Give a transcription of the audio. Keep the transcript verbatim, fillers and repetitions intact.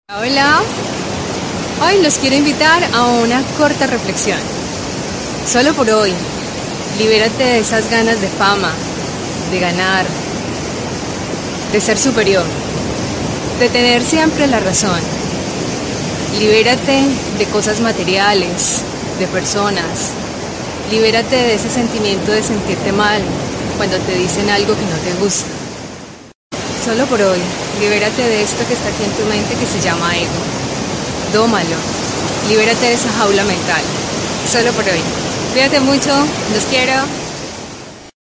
Hola, hoy los quiero invitar a una corta reflexión. Solo por hoy, libérate de esas ganas de fama, de ganar, de ser superior, de tener siempre la razón. Libérate de cosas materiales, de personas. Libérate de ese sentimiento de sentirte mal cuando te dicen algo que no te gusta. Solo por hoy, libérate de esto que está aquí en tu mente que se llama ego. Dómalo. Libérate de esa jaula mental. Solo por hoy. Cuídate mucho. Los quiero.